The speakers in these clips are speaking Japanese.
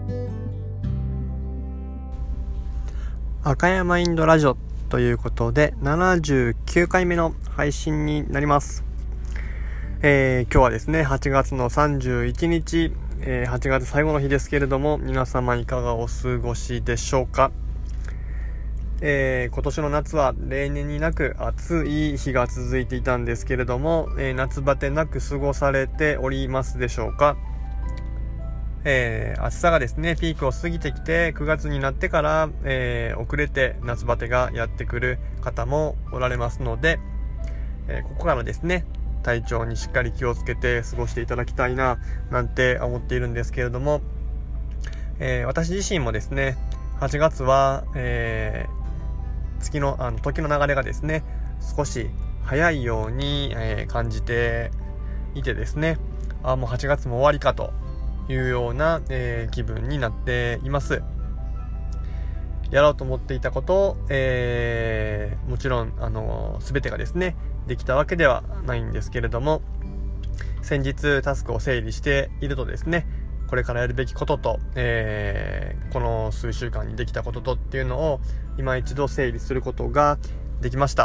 赤山インドラジオということで79回目の配信になります。今日はですね8月の31日、8月最後の日ですけれども、皆様いかがお過ごしでしょうか。今年の夏は例年になく暑い日が続いていたんですけれども、夏バテなく過ごされておりますでしょうか。暑さがですねピークを過ぎてきて9月になってから、遅れて夏バテがやってくる方もおられますので、ここからですね体調にしっかり気をつけて過ごしていただきたいななんて思っているんですけれども、私自身もですね8月は、時の流れがですね少し早いように、感じていてですね、もう8月も終わりかというような、気分になっています。やろうと思っていたことを、もちろん全てがですねできたわけではないんですけれども、先日タスクを整理しているとですね、これからやるべきことと、この数週間にできたこととっていうのを今一度整理することができました。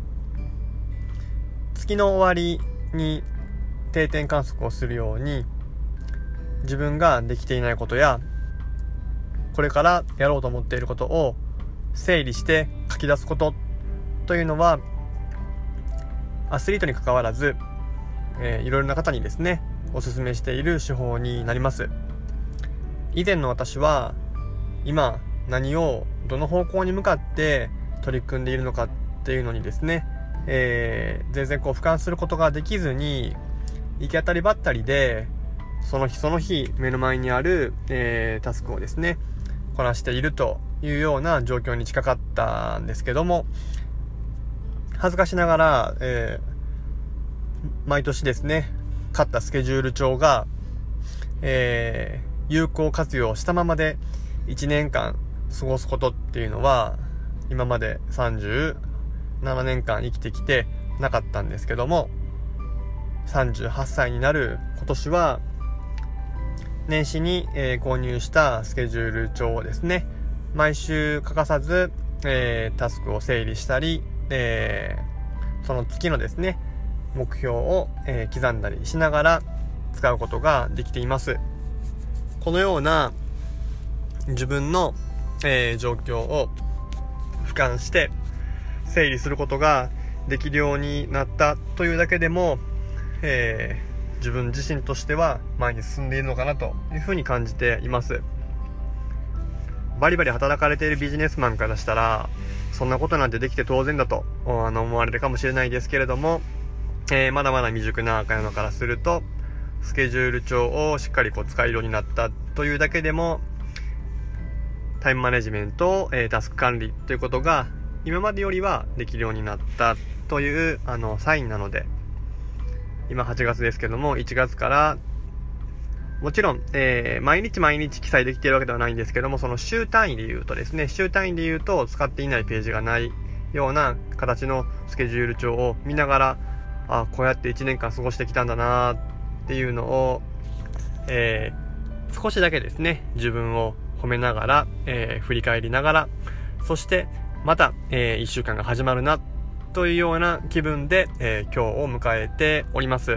月の終わりに定点観測をするように、自分ができていないことやこれからやろうと思っていることを整理して書き出すことというのは、アスリートに関わらず、いろいろな方にですねお勧めしている手法になります。以前の私は今何をどの方向に向かって取り組んでいるのかっていうのにですね、全然俯瞰することができずに、行き当たりばったりでその日目の前にある、タスクをですねこなしているというような状況に近かったんですけども、恥ずかしながら、毎年ですね買ったスケジュール帳が、有効活用したままで1年間過ごすことっていうのは今まで37年間生きてきてなかったんですけども、38歳になる今年は年始に、購入したスケジュール帳をですね毎週欠かさず、タスクを整理したり、その月のですね目標を、刻んだりしながら使うことができています。このような自分の、状況を俯瞰して整理することができるようになったというだけでも、自分自身としては前に進んでいるのかなというふうに感じています。バリバリ働かれているビジネスマンからしたらそんなことなんてできて当然だと思われるかもしれないですけれども、まだまだ未熟な赤山からするとスケジュール帳をしっかり使えるようになったというだけでもタイムマネジメント、タスク管理ということが今までよりはできるようになったというサインなので、今8月ですけども1月からもちろん、毎日記載できているわけではないんですけども、その週単位で言うとですね、週単位で言うと使っていないページがないような形のスケジュール帳を見ながら、こうやって1年間過ごしてきたんだなっていうのを、少しだけですね自分を褒めながら、振り返りながら、そしてまた、1週間が始まるなというような気分で、今日を迎えております。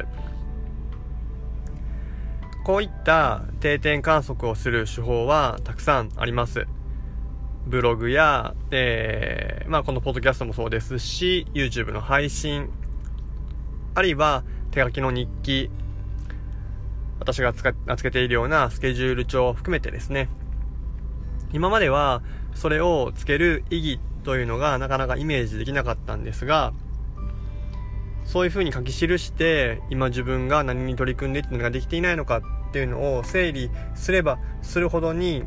こういった定点観測をする手法はたくさんあります。ブログや、このポッドキャストもそうですし、 YouTube の配信、あるいは手書きの日記、私がつけているようなスケジュール帳を含めてですね、今まではそれをつける意義というのがなかなかイメージできなかったんですが、そういうふうに書き記して今自分が何に取り組んでいってのができていないのかっていうのを整理すればするほどに、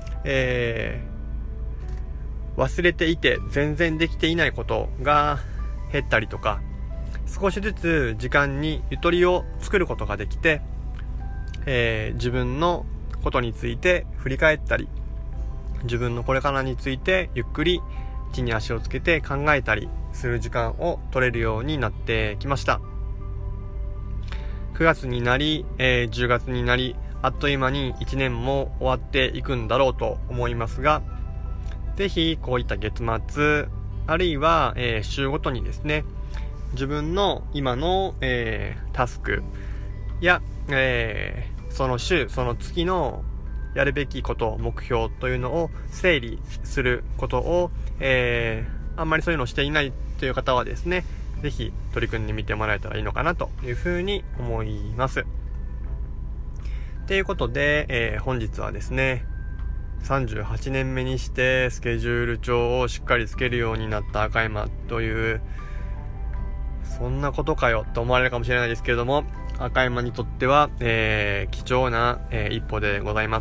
忘れていて全然できていないことが減ったりとか、少しずつ時間にゆとりを作ることができて、自分のことについて振り返ったり、自分のこれからについてゆっくり地に足をつけて考えたりする時間を取れるようになってきました。9月になり、10月になり、 あっという間に1年も終わっていくんだろうと思いますが、ぜひこういった月末、あるいは、週ごとにですね、自分の今の、タスクや、その週、その月のやるべきこと、目標というのを整理することを、あんまりそういうのをしていないという方はですね、ぜひ取り組んでみてもらえたらいいのかなというふうに思います。ということで、本日はですね、38年目にしてスケジュール帳をしっかりつけるようになった赤山という、そんなことかよと思われるかもしれないですけれども、赤山にとっては、貴重な、一歩でございます。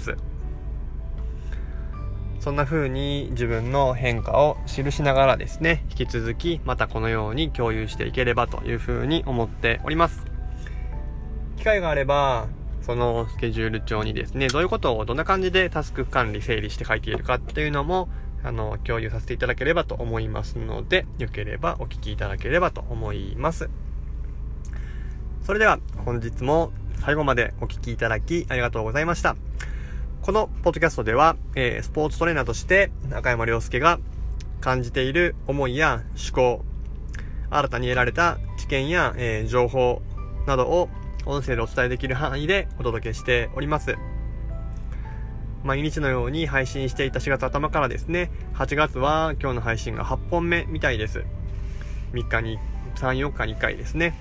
そんな風に自分の変化を記しながらですね、引き続きまたこのように共有していければという風に思っております。機会があればそのスケジュール帳にですね、どういうことをどんな感じでタスク管理整理して書いているかっていうのも共有させていただければと思いますので、よければお聞きいただければと思います。それでは本日も最後までお聞きいただきありがとうございました。このポッドキャストでは、スポーツトレーナーとして赤山亮介が感じている思いや思考、新たに得られた知見や、情報などを音声でお伝えできる範囲でお届けしております。毎日のように配信していた4月頭からですね、8月は今日の配信が8本目みたいです。3日に3、4日に1回ですね。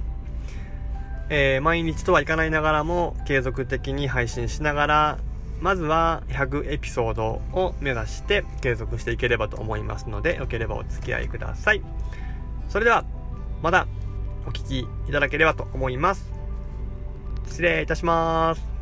毎日とはいかないながらも継続的に配信しながら、まずは100エピソードを目指して継続していければと思いますので、よければお付き合いください。それではまたお聞きいただければと思います。失礼いたします。